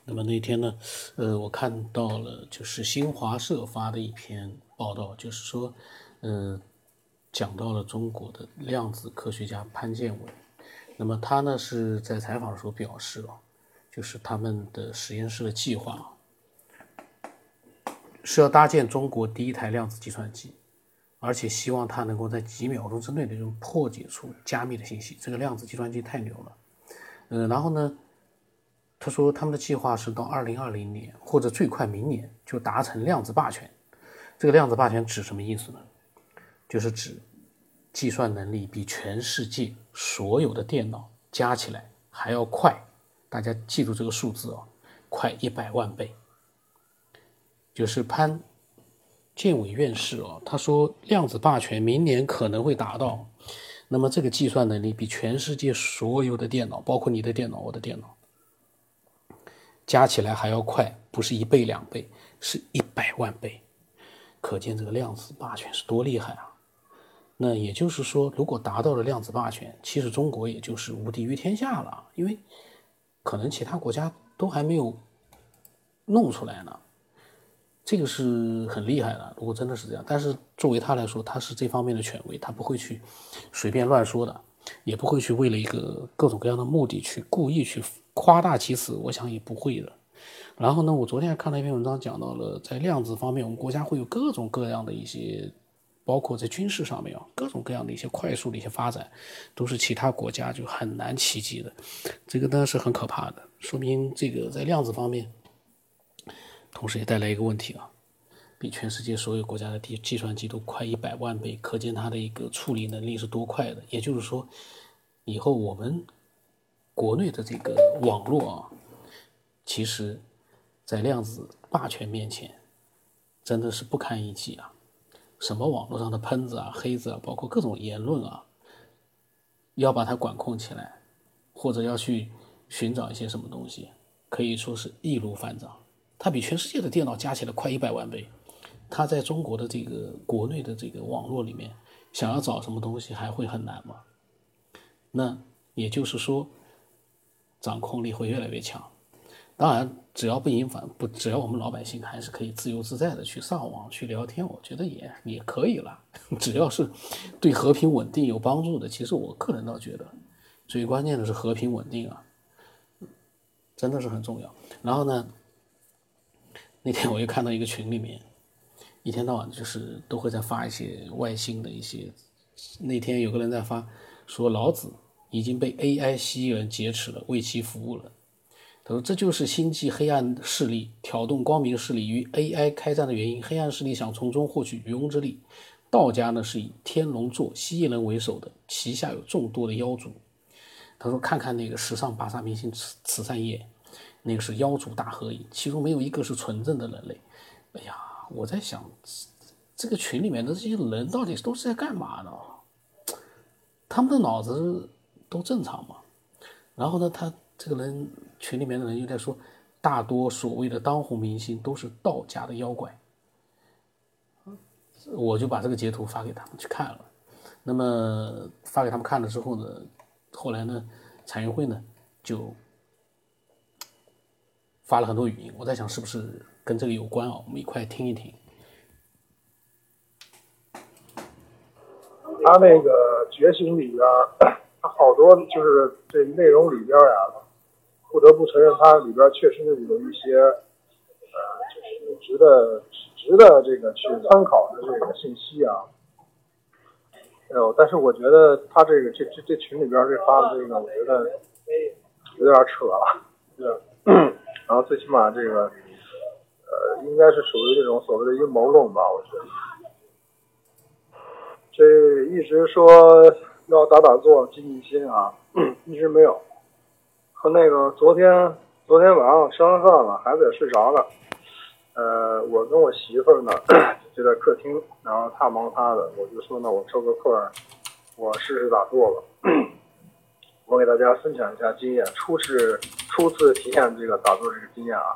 那么那天呢，我看到了就是新华社发的一篇报道，就是说，讲到了中国的量子科学家潘建伟。那么他呢是在采访的时候表示了，就是他们的实验室的计划是要搭建中国第一台量子计算机，而且希望它能够在几秒钟之内的就破解出加密的信息。这个量子计算机太牛了。然后呢，他说他们的计划是到2020年或者最快明年就达成量子霸权。这个量子霸权指什么意思呢？就是指计算能力比全世界所有的电脑加起来还要快。大家记住这个数字快100万倍。就是潘建伟院士他说量子霸权明年可能会达到。那么这个计算能力比全世界所有的电脑，包括你的电脑、我的电脑，加起来还要快，不是1倍2倍，是100万倍。可见这个量子霸权是多厉害啊！那也就是说，如果达到了量子霸权，其实中国也就是无敌于天下了，因为可能其他国家都还没有弄出来呢。这个是很厉害的，如果真的是这样。但是作为他来说，他是这方面的权威，他不会去随便乱说的，也不会去为了一个各种各样的目的去故意去夸大其词，我想也不会的。然后呢，我昨天还看了一篇文章，讲到了在量子方面，我们国家会有各种各样的一些，包括在军事上面各种各样的一些快速的一些发展，都是其他国家就很难企及的。这个呢是很可怕的，说明这个在量子方面，同时也带来一个问题比全世界所有国家的计算机都快100万倍，可见它的一个处理能力是多快的。也就是说，以后我们国内的这个网络其实在量子霸权面前真的是不堪一击啊！什么网络上的喷子黑子包括各种言论要把它管控起来，或者要去寻找一些什么东西，可以说是易如反掌。它比全世界的电脑加起来快100万倍，它在中国的这个国内的这个网络里面，想要找什么东西还会很难吗？那也就是说，掌控力会越来越强。当然，只要只要我们老百姓还是可以自由自在的去上网去聊天，我觉得也可以了。只要是对和平稳定有帮助的，其实我个人倒觉得，最关键的是和平稳定真的是很重要。然后呢，那天我又看到一个群里面，一天到晚就是都会在发一些外星的一些。那天有个人在发说，老子已经被 AI 蜥蜴人劫持了，为其服务了。他说这就是星际黑暗势力挑动光明势力与 AI 开战的原因，黑暗势力想从中获取渔翁之利。道家呢是以天龙座蜥蜴人为首的，旗下有众多的妖族。他说看看那个时尚8大明星慈善页，那个是妖族大合影，其中没有一个是纯正的人类。哎呀，我在想这个群里面的这些人到底都是在干嘛呢？他们的脑子都正常吗？然后呢，他这个人群里面的人又在说，大多所谓的当红明星都是道家的妖怪。我就把这个截图发给他们去看了。那么发给他们看了之后呢，后来呢，彩云会呢就发了很多语音。我在想是不是跟这个有关我们一块听一听。 他那个觉醒里边，他好多就是这内容里边不得不承认，它里边确实是有一些就是值得这个去参考的这个信息但是我觉得他这群里边这发的这个，我觉得有点扯了，然后最起码这个应该是属于这种所谓的阴谋论吧，我觉得。这一直说要打坐静静心一直没有。和那个昨天晚上吃完饭了，孩子也睡着了。我跟我媳妇儿呢就在客厅，然后她忙她的，我就说呢，我抽个空我试试打坐吧。我给大家分享一下经验，初次体验这个打坐这个经验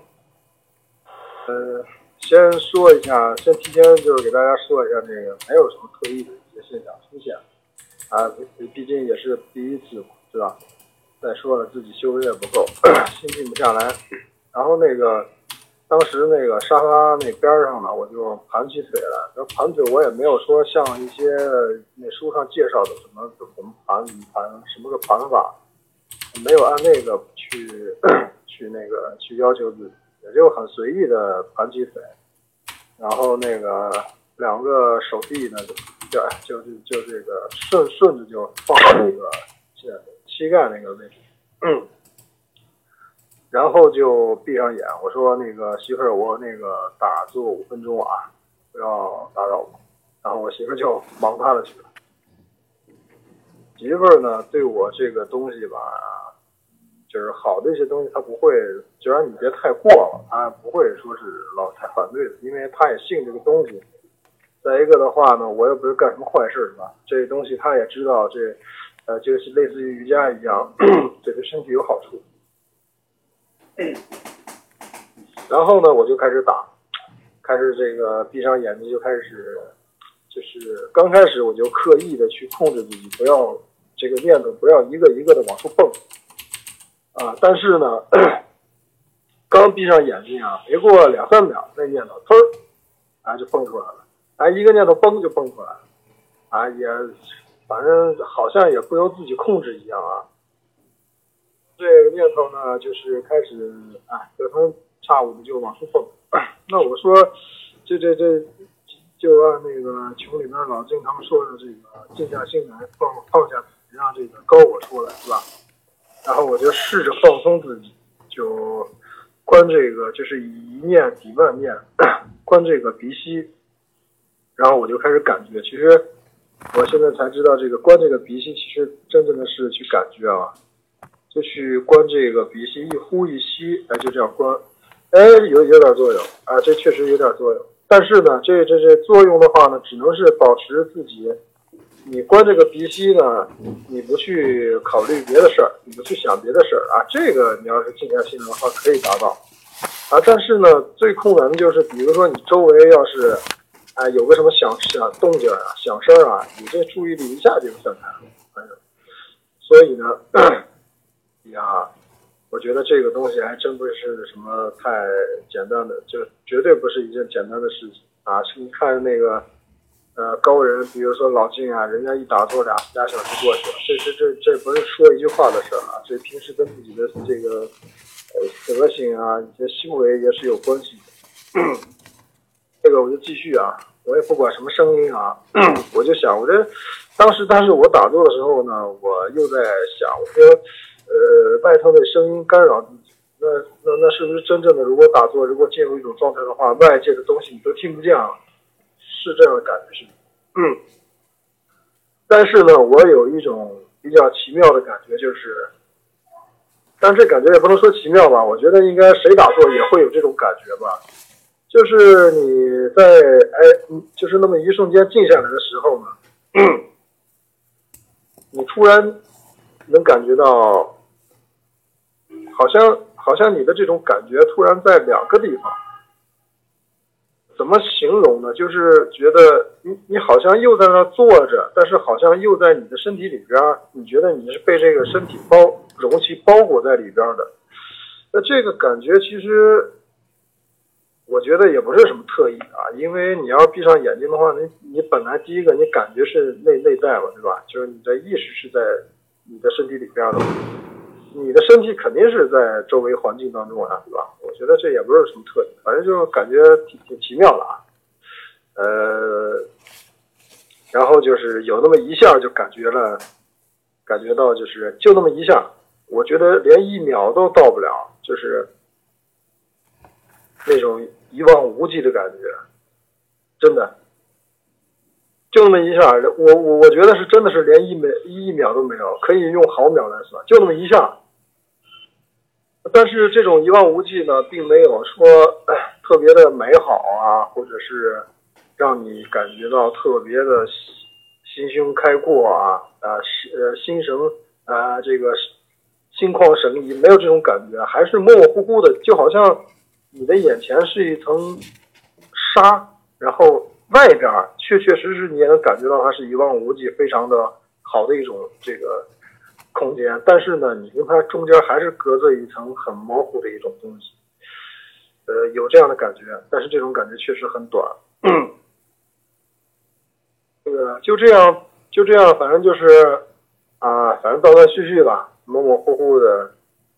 先说一下，先提前就是给大家说一下，这个没有什么特异的一些现象出现毕竟也是第一次嘛，是吧？再说了，自己修为也不够，心静不下来。 然后那个当时那个沙发那边上呢，我就盘起腿来。然后盘腿我也没有说像一些那书上介绍的怎么盘什么个盘法，没有按那个去要求自己，也就很随意的盘起腿，然后那个两个手臂呢就这个顺着就放到那个膝盖那个位置。然后就闭上眼，我说那个媳妇儿，我那个打坐5分钟啊，不要打扰我。然后我媳妇儿就忙她的去了。媳妇儿呢，对我这个东西吧，就是好的一些东西，她不会，只要你别太过了，她不会说是老太反对的，因为她也信这个东西。再一个的话呢，我又不是干什么坏事，是吧？这东西她也知道，就是类似于瑜伽一样，对身体有好处。然后呢，我就开始开始这个闭上眼睛就开始，就是刚开始我就刻意的去控制自己，不要这个念头不要一个一个的往出蹦啊。但是呢，刚闭上眼睛啊，没过2-3秒，那念头突就蹦出来了，一个念头蹦就蹦出来了，也反正好像也不由自己控制一样啊。这个念头呢，就是开始隔三差五的就往出蹦。那我说，就按那个群里面老经常说的这个静下心来，放下，让这个高我出来，是吧？然后我就试着放松自己，就观这个，就是以一念抵万念，观这个鼻息。然后我就开始感觉，其实我现在才知道，这个观这个鼻息，其实真正的是去感觉啊。就去观这个鼻息，一呼一吸，就这样观，有点作用啊，这确实有点作用。但是呢，这作用的话呢，只能是保持自己，你观这个鼻息呢，你不去考虑别的事儿，你不去想别的事儿啊，这个你要是静下心来的话可以达到啊。但是呢，最困难的就是，比如说你周围要是有个什么响动静啊、响声啊，你这注意力一下就散开了。所以呢。我觉得这个东西还真不是什么太简单的，就绝对不是一件简单的事情啊！你看那个高人，比如说老静啊，人家一打坐俩小时过去了，这不是说一句话的事啊，这平时跟自己的这个德行啊、一些行为也是有关系的。这个我就继续啊，我也不管什么声音啊，我就想，我这当时我打坐的时候呢，我又在想，我说。外头的声音干扰自己，那是不是真正的？如果打坐，如果进入一种状态的话，外界的东西你都听不见了，是这样的感觉是？但是呢，我有一种比较奇妙的感觉，就是，但这感觉也不能说奇妙吧，我觉得应该谁打坐也会有这种感觉吧，就是你在就是那么一瞬间静下来的时候呢，你突然能感觉到。好像你的这种感觉突然在2个地方，怎么形容呢？就是觉得你好像又在那坐着，但是好像又在你的身体里边，你觉得你是被这个身体容器包裹在里边的。那这个感觉其实，我觉得也不是什么特意啊，因为你要闭上眼睛的话，你本来第一个你感觉是内在嘛，对吧？就是你的意识是在你的身体里边的。你的身体肯定是在周围环境当中啊，对吧？我觉得这也不是什么特点，反正就感觉挺奇妙的啊。然后就是有那么一下就感觉到就那么一下，我觉得连1秒都到不了，就是那种一望无际的感觉，真的。就那么一下，我觉得是真的是连一秒都没有，可以用毫秒来算，就那么一下。但是这种一望无际呢，并没有说特别的美好啊，或者是让你感觉到特别的心胸开阔啊，心神这个心旷神怡，没有这种感觉，还是模模糊糊的，就好像你的眼前是一层纱，然后外边确实你也能感觉到它是一望无际，非常的好的一种这个空间，但是呢，你跟它中间还是隔着一层很模糊的一种东西。 有这样的感觉，但是这种感觉确实很短。这个就这样，反正就是反正断断续续吧，模模糊糊的，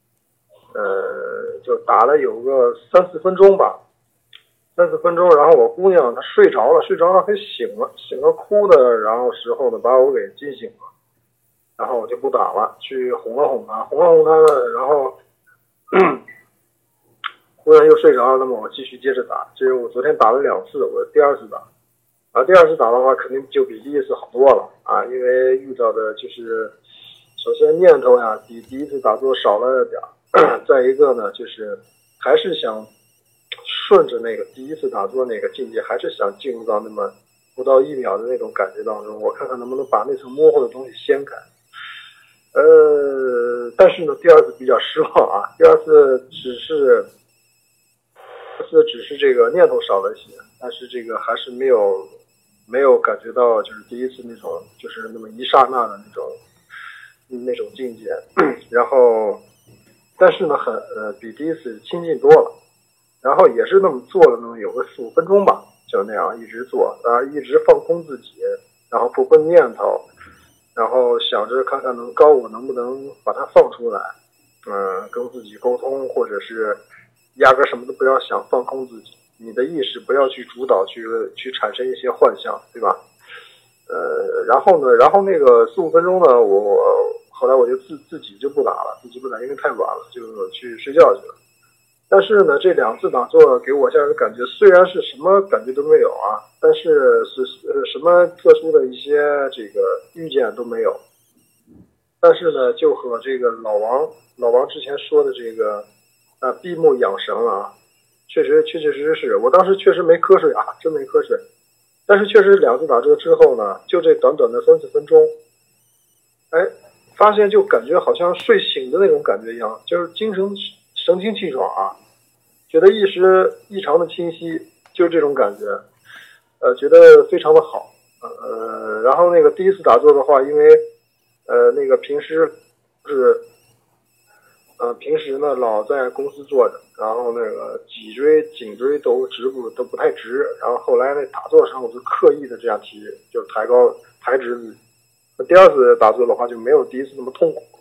就打了有个3-4分钟吧，3-4分钟，然后我姑娘她睡着了还醒了哭的，然后时候呢把我给惊醒了，然后我就不打了，去哄了哄她呢，然后姑娘又睡着了，那么我继续接着打，这是我昨天打了2次，我第2次打。第2次打的话，肯定就比第1次好多了因为遇到的就是，首先念头呀比第1次打坐少了点再一个呢，就是还是想顺着那个第1次打坐那个境界，还是想进入到那么不到1秒的那种感觉当中，我看看能不能把那层模糊的东西掀开。但是呢，第2次比较失望第2次只是这个念头少了一些，但是这个还是没有感觉到就是第1次那种就是那么一刹那的那种境界，然后但是呢比第1次亲近多了，然后也是那么做了那么有个4-5分钟吧，就那样一直做一直放空自己，然后不分念头，然后想着看看高我能不能把它放出来，跟自己沟通，或者是压根什么都不要想，放空自己，你的意识不要去主导去产生一些幻象，对吧？然后那个4-5分钟呢，我后来我就自己就不打了，因为太晚了，就去睡觉去了。但是呢，这2次打坐给我现在的感觉，虽然是什么感觉都没有但是什么特殊的一些这个遇见都没有。但是呢，就和这个老王之前说的这个闭目养神确实是我当时确实没瞌睡真没瞌睡。但是确实2次打坐之后呢，就这短短的3-4分钟，发现就感觉好像睡醒的那种感觉一样，就是神清气爽觉得意识异常的清晰，就是这种感觉，觉得非常的好。然后那个第1次打坐的话，因为那个平时呢老在公司坐着，然后那个颈椎都不太直，然后后来那打坐上我就刻意的这样就是抬直自己。第2次打坐的话就没有第1次那么痛苦，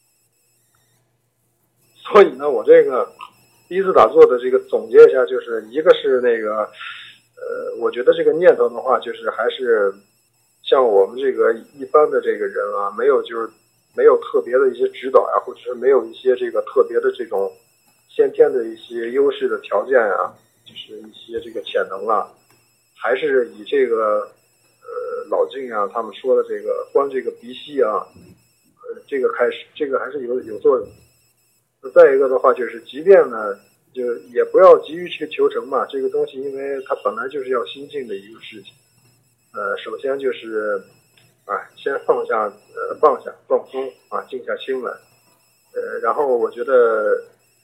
所以呢，我这个第1次打坐的这个总结一下，就是一个是那个我觉得这个念头的话，就是还是像我们这个一般的这个人没有特别的一些指导或者是没有一些这个特别的这种先天的一些优势的条件就是一些这个潜能还是以这个老静他们说的这个观这个鼻息这个开始，这个还是有作用。再一个的话，就是即便呢，就也不要急于去求成嘛，这个东西因为它本来就是要心境的一个事情。首先就是先放下放松静下心来。然后我觉得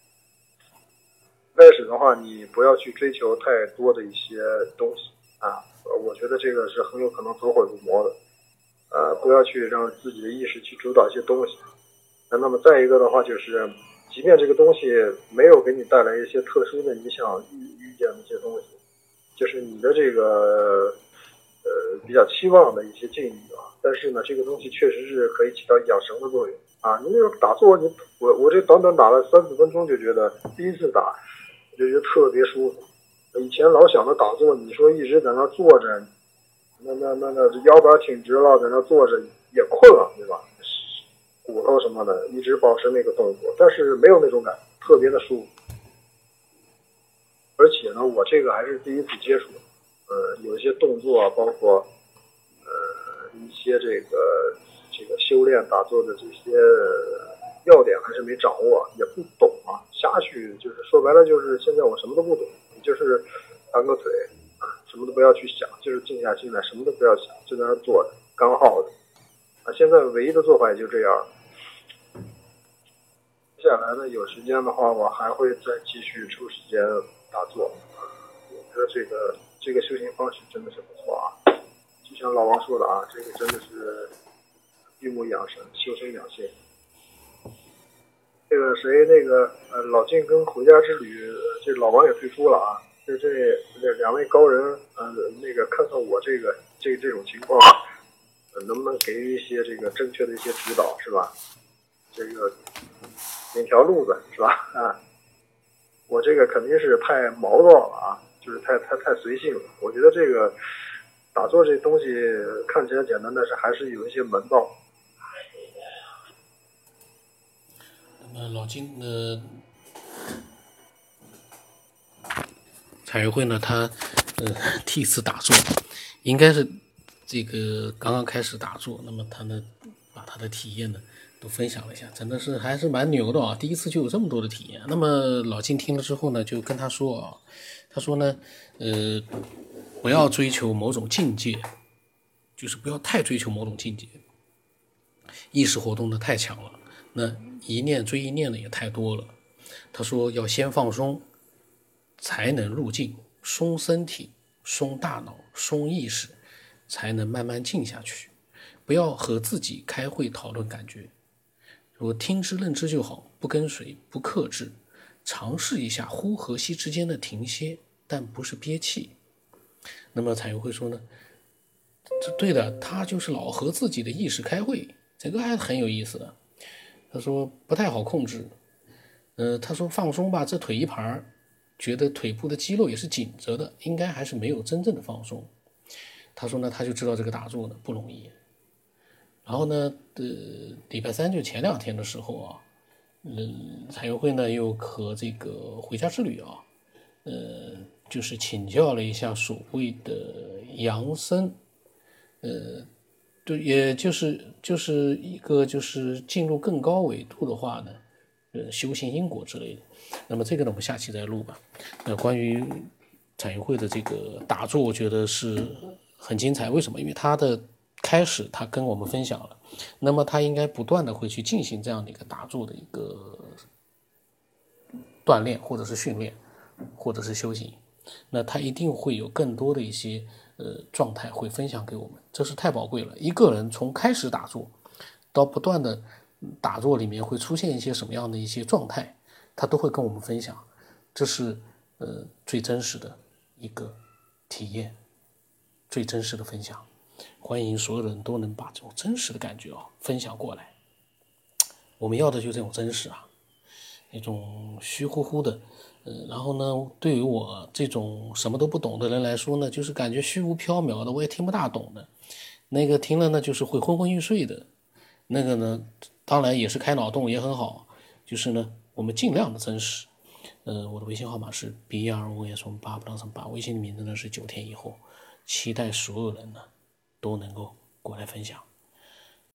开始的话，你不要去追求太多的一些东西我觉得这个是很有可能走火入魔的。不要去让自己的意识去主导一些东西。那么再一个的话，就是即便这个东西没有给你带来一些特殊的你想遇见的一些东西，就是你的这个比较期望的一些境遇但是呢，这个东西确实是可以起到养神的作用你那种打坐，我这短短打了3-4分钟，就觉得第1次打我就觉得特别舒服。以前老想着打坐，你说一直在那坐着，那腰板挺直了，在那坐着也困了，对吧？骨头什么的一直保持那个动作，但是没有那种感，特别的舒服。而且呢，我这个还是第1次接触，有一些动作包括一些这个修炼打坐的这些要点还是没掌握，也不懂瞎去，就是说白了就是现在我什么都不懂，就是盘个腿什么都不要去想，就是静下心来，什么都不要想，就在那坐着，刚好的现在唯一的做法也就这样。接下来呢，有时间的话，我还会再继续抽时间打坐我觉得这个修行方式真的是不错就像老王说的这个真的是闭目养神，修身养性。这个谁那个老静跟回家之旅这老王也退出了啊，就这两位高人，那个看看我这种情况，能不能给予一些这个正确的一些指导，是吧？这个哪条路子是吧？啊，我这个肯定是太毛躁了啊，就是太随性了。我觉得这个打坐这东西看起来简单，但是还是有一些门道。 那么老金彩友会呢，他第一次打坐，应该是这个刚刚开始打坐，那么他呢把他的体验呢都分享了一下，真的是还是蛮牛的啊！第一次就有这么多的体验。那么老金听了之后呢，就跟他说啊，他说呢，不要追求某种境界，就是不要太追求某种境界，意识活动的太强了，那一念追一念的也太多了。他说要先放松，才能入静，松身体，松大脑，松意识，才能慢慢静下去。不要和自己开会讨论感觉，我听之任之就好，不跟随，不克制，尝试一下呼和吸之间的停歇，但不是憋气。那么彩友会说呢，这对的，他就是老和自己的意识开会，这个还很有意思的。他说不太好控制，他说放松吧，这腿一盘，觉得腿部的肌肉也是紧着的，应该还是没有真正的放松。他说呢，他就知道这个打坐呢不容易。然后呢，礼拜三就前2天的时候啊，彩友会呢又和这个回家之旅啊，就是请教了一下所谓的养生，对，也就是一个就是进入更高纬度的话呢，修行因果之类的。那么这个呢，我们下期再录吧。关于彩友会的这个打坐，我觉得是很精彩。为什么？因为它的开始，他跟我们分享了，那么他应该不断的会去进行这样的一个打坐的一个锻炼，或者是训练，或者是修行。那他一定会有更多的一些状态会分享给我们，这是太宝贵了。一个人从开始打坐到不断的打坐里面会出现一些什么样的一些状态，他都会跟我们分享，这是最真实的一个体验，最真实的分享。欢迎所有人都能把这种真实的感觉分享过来。我们要的就是这种真实啊，那种虚乎乎的，然后呢，对于我这种什么都不懂的人来说呢，就是感觉虚无缥缈的，我也听不大懂的。那个听了呢，就是会昏昏欲睡的。那个呢，当然也是开脑洞，也很好。就是呢，我们尽量的真实。我的微信号码是 BR5S8，微信的名字呢是9天以后，期待所有人呢都能够过来分享。